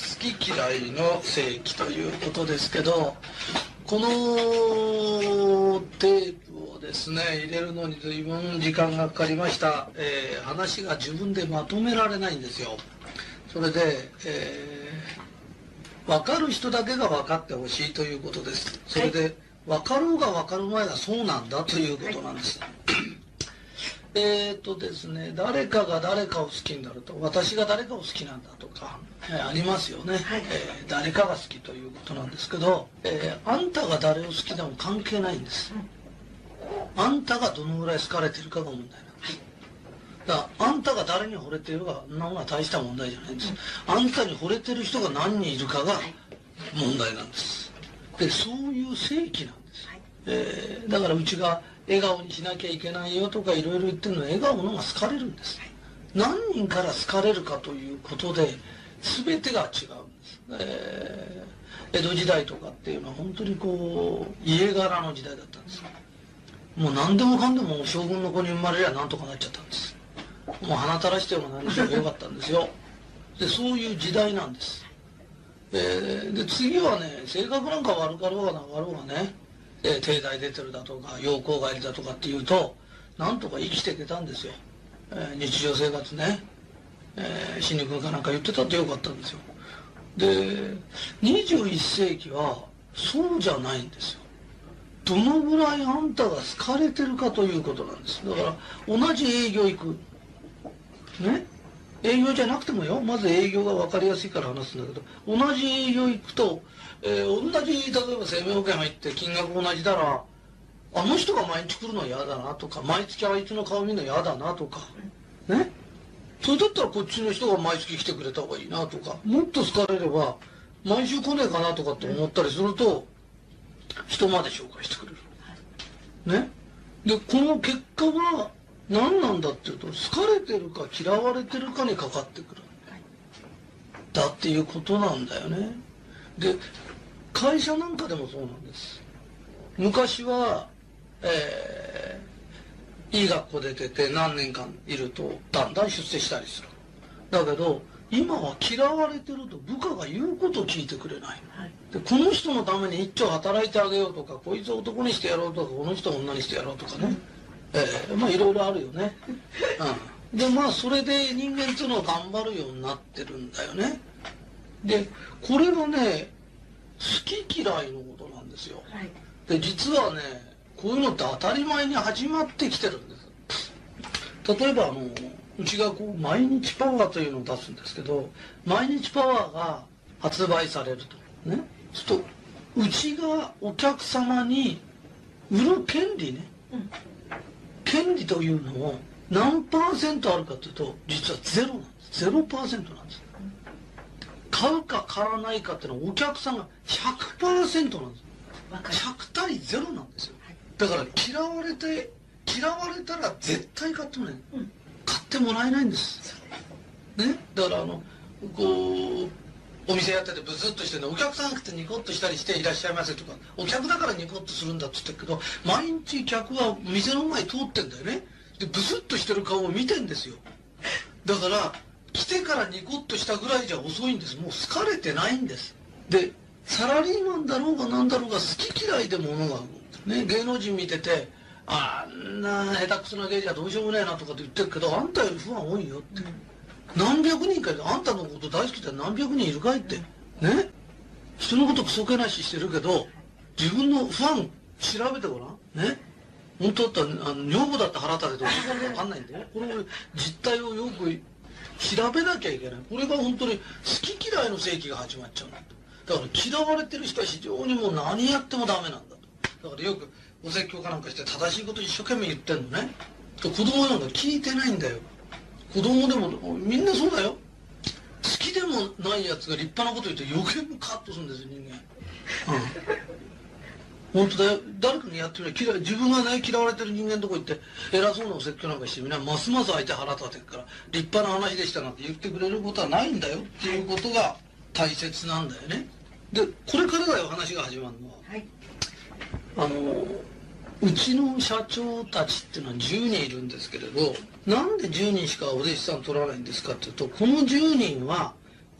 好き嫌いの正規ということですけど、このテープをですね入れるのに随分時間がかかりました。話が自分でまとめられないんですよ。それで、分かる人だけが分かってほしいということです。それで、分かろうが分かる前がそうなんだということなんです。ですね、誰かが誰かを好きになると、私が誰かを好きなんだとか、ありますよね、誰かが好きということなんですけど、あんたが誰を好きでも関係ないんです。あんたがどのぐらい好かれてるかが問題なんです。だからあんたが誰に惚れているか、そんなものは大した問題じゃないんです。あんたに惚れてる人が何人いるかが問題なんです。で、そういう正規なんです。だからうちが笑顔にしなきゃいけないよとかいろいろ言ってるのは、笑顔の方が好かれるんです。何人から好かれるかということで全てが違うんです。江戸時代とかっていうのは本当にこう家柄の時代だったんです。もう何でもかんでも将軍の子に生まれりゃなんとかなっちゃったんです。もう鼻垂らしても何してもよかったんですよ。で、そういう時代なんです。で、次はね、性格なんか悪かろうがなかろうがね、帝大出てるだとか洋行帰りだとかっていうとなんとか生きていけたんですよ。日常生活ね、死肉かなんか言ってたってよかったんですよ。で、21世紀はそうじゃないんですよ。どのぐらいあんたが好かれてるかということなんです。だから同じ営業行くね、営業じゃなくてもよ、まず営業が分かりやすいから話すんだけど、同じ営業行くと、同じ例えば生命保険入って金額同じだら、あの人が毎日来るの嫌だなとか、毎月あいつの顔見るの嫌だなとかね、それだったらこっちの人が毎月来てくれた方がいいなとか、もっと好かれれば毎週来ねえかなとかって思ったりすると人まで紹介してくれるね。で、この結果は何なんだっていうと、好かれてるか嫌われてるかにかかってくるだっていうことなんだよね。で、会社なんかでもそうなんです。昔は、いい学校出てて何年間いるとだんだん出世したりする。だけど今は嫌われてると部下が言うことを聞いてくれない。で、この人のために一丁働いてあげようとか、こいつを男にしてやろうとか、この人を女にしてやろうとかね、まあいろいろあるよね。で、まあそれで人間っていうのは頑張るようになってるんだよね。で、これがね、好き嫌いのことなんですよ。で、実はね、こういうのって当たり前に始まってきてるんです。例えばうちがこう毎日パワーというのを出すんですけど、毎日パワーが発売されるとね、ちょっとうちがお客様に売る権利ね、権利というのを何パーセントあるかというと、実はゼロなんです。0%なんです。買うか買わないかっていうのはお客さんが 100% なんです。100対0なんですよ。だから嫌われたら絶対買ってもらえない、買ってもらえないんですね。だからこうお店やっててブスッとしてね、お客さんが来てニコッとしたりしていらっしゃいませとか、お客だからニコッとするんだって言ってるけど、毎日客は店の前通ってんだよね。でブスッとしてる顔を見てんですよ。だから来てからニコッとしたぐらいじゃ遅いんです。もう好かれてないんです。で、サラリーマンだろうが何だろうが好き嫌いで物がね、芸能人見てて、あんな下手くそな芸じゃどうしようもないなとかって言ってるけど、あんたよりファン多いよって、何百人かいて、あんたのこと大好きって何百人いるかいってね、人のことクソけなししてるけど自分のファン調べてごらんね。本当だったら女房だって腹立てて分かんないんだよ。これ実態をよく調べなきゃいけない。これが本当に好き嫌いの世紀が始まっちゃうんだと。だから嫌われてる人は非常にもう何やってもダメなんだと。だからよくお説教かなんかして正しいこと一生懸命言ってんのね。子供なんか聞いてないんだよ。子供でもみんなそうだよ。好きでもないやつが立派なこと言って余計にカッとするんですよ、人間。本当だよ。誰かにやってる嫌い、自分がね嫌われてる人間のとこ行って偉そうなお説教なんかしてみんなますます相手腹立てるから、立派な話でしたなんて言ってくれることはないんだよっていうことが大切なんだよね。で、これからだよ話が始まるのは。うちの社長たちっていうのは10人いるんですけれど、なんで10人しかお弟子さん取らないんですかっていうと、この10人は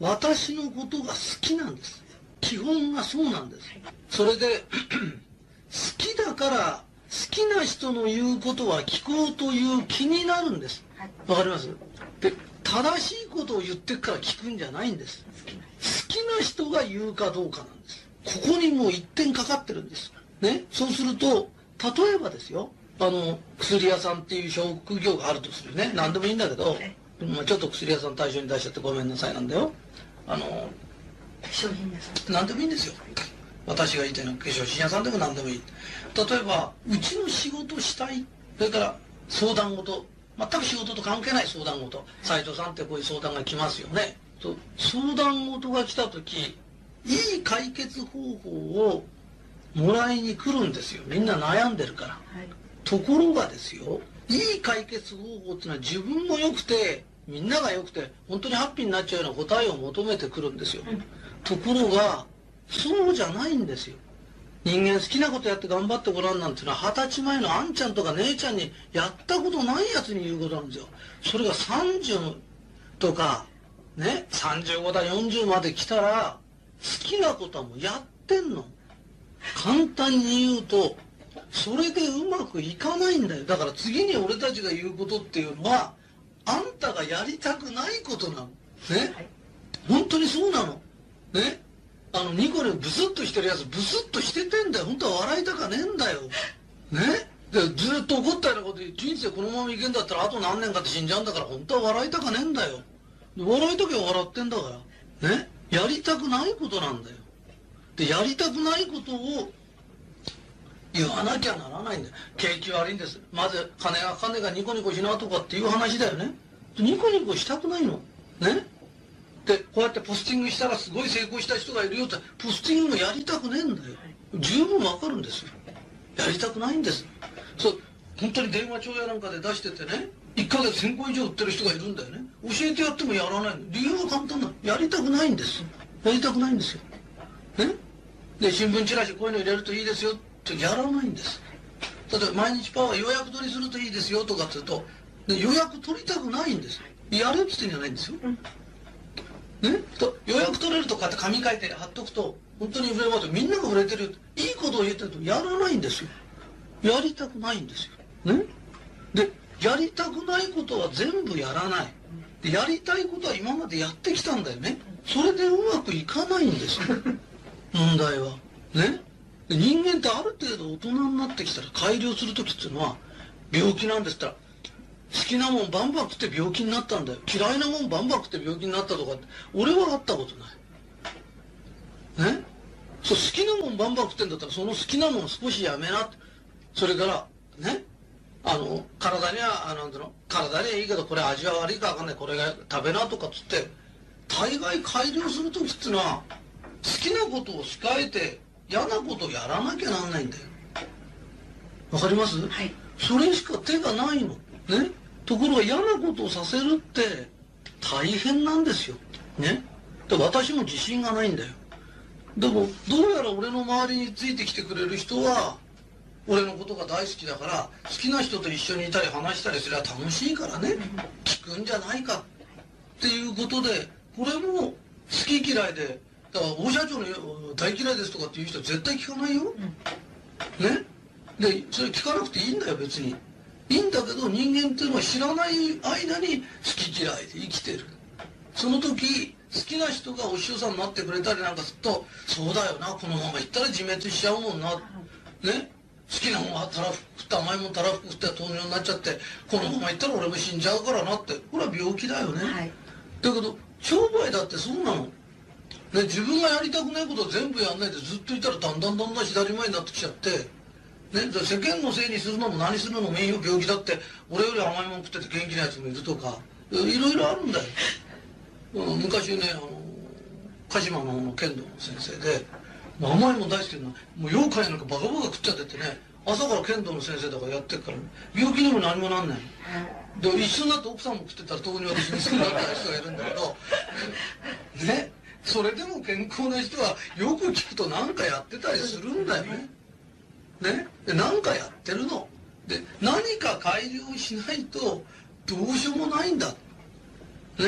私のことが好きなんです。基本がそうなんです。それで好きだから好きな人の言うことは聞こうという気になるんです。わかります？で、正しいことを言ってから聞くんじゃないんです。好きな人が言うかどうかなんです。ここにもう一点かかってるんです。ね、そうすると、例えばですよ、薬屋さんっていう職業があるとするね。何でもいいんだけど、ちょっと薬屋さん対象に出しちゃってごめんなさいなんだよ。 商品屋さん。 何でもいいんですよ。私が言いたいのは化粧品屋さんでも何でもいい。例えば、うちの仕事したい。それから相談事。全く仕事と関係ない相談事。斉藤さんってこういう相談が来ますよね。相談事が来た時、いい解決方法をもらいに来るんですよ。みんな悩んでるから。ところがですよ、いい解決方法っていうのは自分も良くて、みんなが良くて、本当にハッピーになっちゃうような答えを求めてくるんですよ。ところが、そうじゃないんですよ。人間好きなことやって頑張ってごらんなんていうのは20歳前のあんちゃんとか姉ちゃんにやったことないやつに言うことなんですよ。それが30とかね、35だ40まで来たら好きなことはもうやってんの。簡単に言うとそれでうまくいかないんだよ。だから次に俺たちが言うことっていうのはあんたがやりたくないことなのね。本当にそうなのね。ニコニコブスッとしてるやつブスッとしててんだよ。本当は笑いたかねえんだよね。でずっと怒ったようなことで人生このままいけんだったらあと何年かって死んじゃうんだから、本当は笑いたかねえんだよ。笑いたきゃ笑ってんだからね。やりたくないことなんだよ。でやりたくないことを言わなきゃならないんだよ。景気悪いんです。まず金がかかんねえからニコニコしなとかっていう話だよね。ニコニコしたくないのね。でこうやってポスティングしたらすごい成功した人がいるよって、ポスティングもやりたくねえんだよ。十分わかるんですよ。やりたくないんです。そう本当に電話帳やなんかで出しててね、1ヶ月1000個以上売ってる人がいるんだよね。教えてやってもやらないの。理由は簡単なの。やりたくないんです。やりたくないんですよ。ね。で新聞チラシこういうの入れるといいですよってやらないんです。例えば毎日パワー予約取りするといいですよとかって言うと、予約取りたくないんです。やれって言ってんじゃないんですよ。ね、予約取れるとかって紙書いて貼っとくと本当に触れますよ。みんなが触れてるいいことを言ってるとやらないんですよ。やりたくないんですよ。ね。でやりたくないことは全部やらない。でやりたいことは今までやってきたんだよね。それでうまくいかないんですよ問題はね。で人間ってある程度大人になってきたら改良する時っていうのは病気なんですったら、好きなもんバンバン食って病気になったんだよ。嫌いなもんバンバン食って病気になったとかって俺は会ったことないね。そう好きなもんバンバン食ってんだったらその好きなもん少しやめなって。それからね、体にはなんていうの、体にはいいけどこれ味は悪いか分かんない、これが食べなとかっつって大概改良する時っていうのは好きなことを控えて嫌なことをやらなきゃなんないんだよ。わかります？ はい。 それしか手がないのね。ところが嫌なことをさせるって大変なんですよね。で私も自信がないんだよ。でもどうやら俺の周りについてきてくれる人は俺のことが大好きだから、好きな人と一緒にいたり話したりすれば楽しいからね、聞くんじゃないかっていうことで、これも好き嫌いで、だから大社長の大嫌いですとかっていう人は絶対聞かないよ、ね。でそれ聞かなくていいんだよ別に。いいんだけど人間っていうのは知らない間に好き嫌いで生きてる。その時好きな人がお師匠さんになってくれたりなんかすると、そうだよな、このままいったら自滅しちゃうもんなね。好きなもんはたらふく食って甘いもんたらふく食って糖尿になっちゃって、このままいったら俺も死んじゃうからなって、これは病気だよね、はい、だけど商売だってそうなの、ね、自分がやりたくないことを全部やんないでずっといたらだんだん左前になってきちゃって、ね、世間のせいにするのも何するのもいいよ、病気だって俺より甘いもん食ってて元気なやつもいるとかいろいろあるんだよ。昔ね鹿島の剣道の先生で、甘いもん大好きな、もう妖怪なんかバカバカ食っちゃっててね、朝から剣道の先生だからやってるから、ね、病気にも何もなんないの。で一緒になって奥さんも食ってたら糖尿で死にそうになった人がいるんだけどね、それでも健康な人はよく聞くと何かやってたりするんだよね。ね、で何かやってるので、何か改良しないとどうしようもないんだね。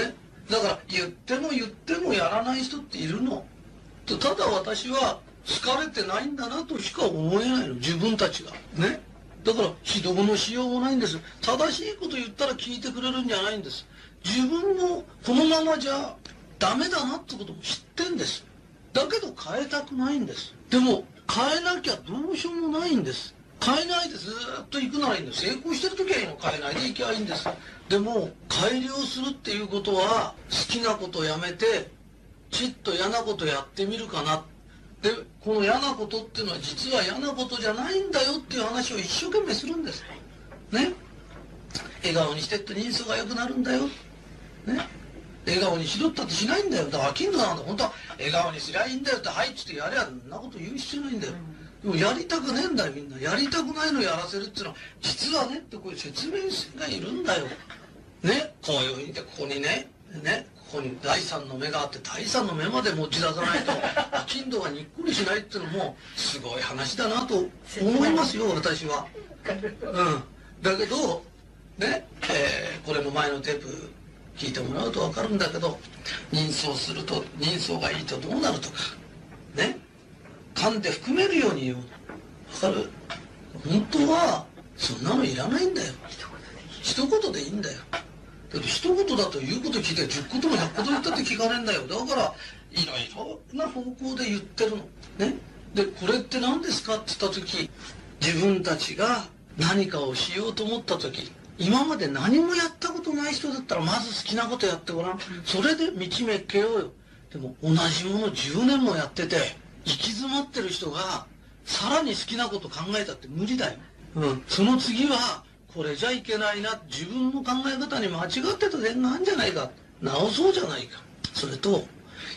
だから言っても言ってもやらない人っているの。ただ私は好かれてないんだなとしか思えないの、自分たちがね。だから指導のしようもないんです。正しいこと言ったら聞いてくれるんじゃないんです。自分もこのままじゃダメだなってことも知ってんです。だけど変えたくないんです。でも変えなきゃどうしようもないんです。変えないでずっと行くならいいんです。成功してる時はいいの、変えないで行きゃいいんです。でも改良するっていうことは好きなことをやめてちっと嫌なことやってみるかな。でこの嫌なことっていうのは実は嫌なことじゃないんだよっていう話を一生懸命するんですね。笑顔にしてって人相が良くなるんだよね。笑顔にしろったってしないんだよ。だから金土なんだ。本当は笑顔にすりゃいいんだよってはいっつってやりゃそんなこと言う必要ないんだよ。でもやりたくねえんだよみんな。やりたくないのやらせるっていうのは実はねってこういう説明がいるんだよ。ね、こういうふうにでここにねここに第三の目があって第三の目まで持ち出さないと金土がにっこりしないっていうのもすごい話だなと思いますよ私は。だけどね、これも前のテープ聞いてもらうと分かるんだけど、人相すると人相がいいとどうなるとかね、噛んで含めるように言うの分かる。本当はそんなのいらないんだよ。一言でいいんだよ。だけど一言だと言うこと聞いて10言も100言言ったって聞かれんだよ。だからいろいろな方向で言ってるのね。でこれって何ですかって言った時、自分たちが何かをしようと思った時、今まで何もやったことない人だったらまず好きなことやってごらん。それで道めっけようよ。でも同じもの10年もやってて行き詰まってる人がさらに好きなこと考えたって無理だよ。その次はこれじゃいけないな、自分の考え方に間違ってた点があるんじゃないか、直そうじゃないか。それと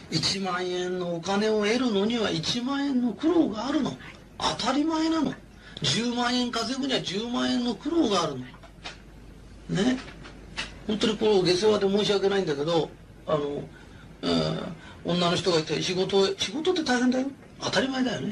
1万円のお金を得るのには1万円の苦労があるの、当たり前なの。10万円稼ぐには10万円の苦労があるのね。本当にこれ下世話で申し訳ないんだけど、女の人がいて仕事って大変だよ、当たり前だよね。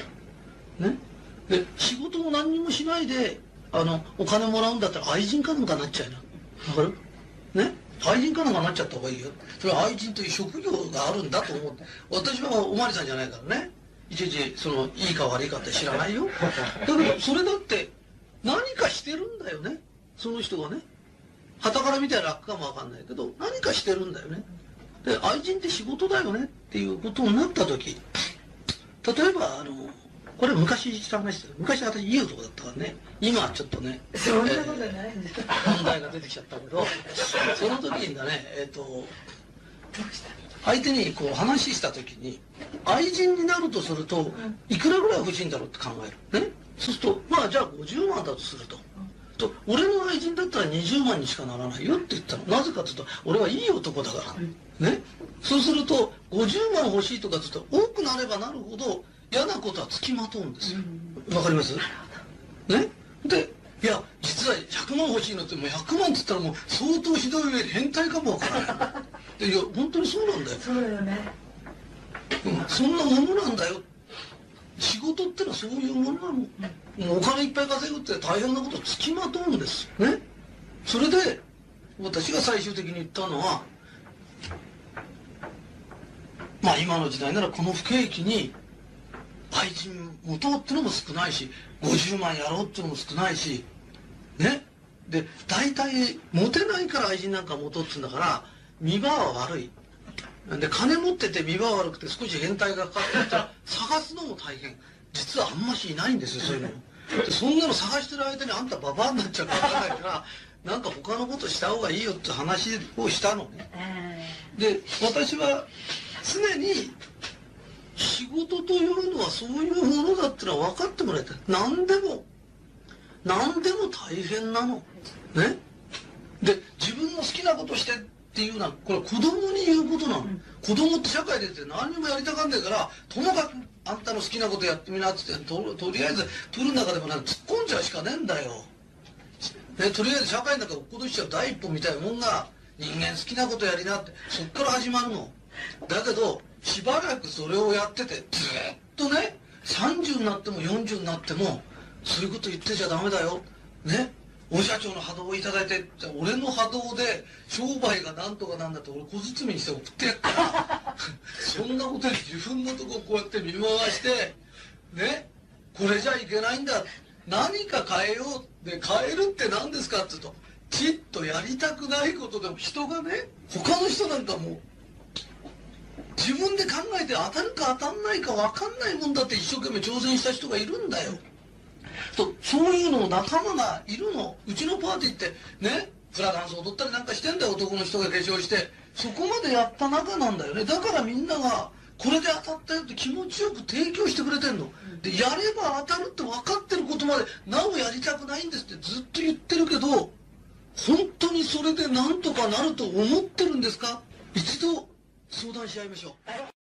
で仕事も何にもしないでお金もらうんだったら愛人かなんかなっちゃいな。分かるね。愛人かなんかなっちゃった方がいいよ。それは愛人という職業があるんだと思って。私はおまわりさんじゃないからね、いちいちいいか悪いかって知らないよ。だけどそれだって何かしてるんだよね、その人がね。傍から見たら楽かもわかんないけど何かしてるんだよね。で愛人って仕事だよねっていうことになった時、例えばこれ昔した話です。昔私いい男だったからね。今はちょっとね、 そんなことないんです。 問題が出てきちゃったけど、その時にだね、相手にこう話した時に愛人になるとするといくらぐらい欲しいんだろうって考えるね。そうするとまあじゃあ50万だとすると。俺の愛人だったら20万にしかならないよって言ったの。なぜかというと俺はいい男だからね。そうすると50万欲しいとかって言うと多くなればなるほど嫌なことはつきまとうんですよ。わかりますね。でいや実は100万欲しいのってもう100万って言ったらもう相当ひどい上に変態かもわからないでいや本当にそうなんだよ。 そうだよね。 そんなものなんだよ。仕事ってのはそういうものなの。もうお金いっぱい稼ぐって大変なことつきまとうんですね。それで私が最終的に言ったのは、まあ今の時代ならこの不景気に愛人持とうってのも少ないし50万やろうってのも少ないしね。で大体モテないから愛人なんか持とうっつうんだから見栄は悪い。で金持ってて見栄悪くて少し変態がかかってきたら探すのも大変。実はあんましいないんですよそういうの。でそんなの探してる間にあんたババアになっちゃうかわからないからなんか他のことした方がいいよって話をしたのね。で私は常に仕事というのはそういうものだってのは分かってもらいたい。何でも大変なのね。で自分の好きなことしてっていうのはこれ子供に言うことなの。子供って社会出て何にもやりたがんねえからともかくあんたの好きなことやってみなっつって とりあえずプールの中でも突っ込んじゃうしかねえんだよ、ね、とりあえず社会の中を落っことしちゃう第一歩みたいなもんが人間好きなことやりなってそっから始まるの。だけどしばらくそれをやっててずっとね30になっても40になってもそういうこと言ってちゃダメだよね。 大社長の波動をいただいて、じゃあ俺の波動で商売がなんとかなんだって俺小包にして送ってやっからそんなことに自分のとここうやって見回してね、これじゃいけないんだ、何か変えようで、変えるって何ですかって言うと、ちっとやりたくないことでも人がね、他の人なんかもう自分で考えて当たるか当たんないか分かんないもんだって一生懸命挑戦した人がいるんだよ。そういうの仲間がいるの。うちのパーティーってね、フラダンス踊ったりなんかしてんだよ、男の人が化粧して。そこまでやった中なんだよね。だからみんながこれで当たったよって気持ちよく提供してくれてんの。で、やれば当たるって分かってることまでなおやりたくないんですってずっと言ってるけど、本当にそれでなんとかなると思ってるんですか？一度相談し合いましょう。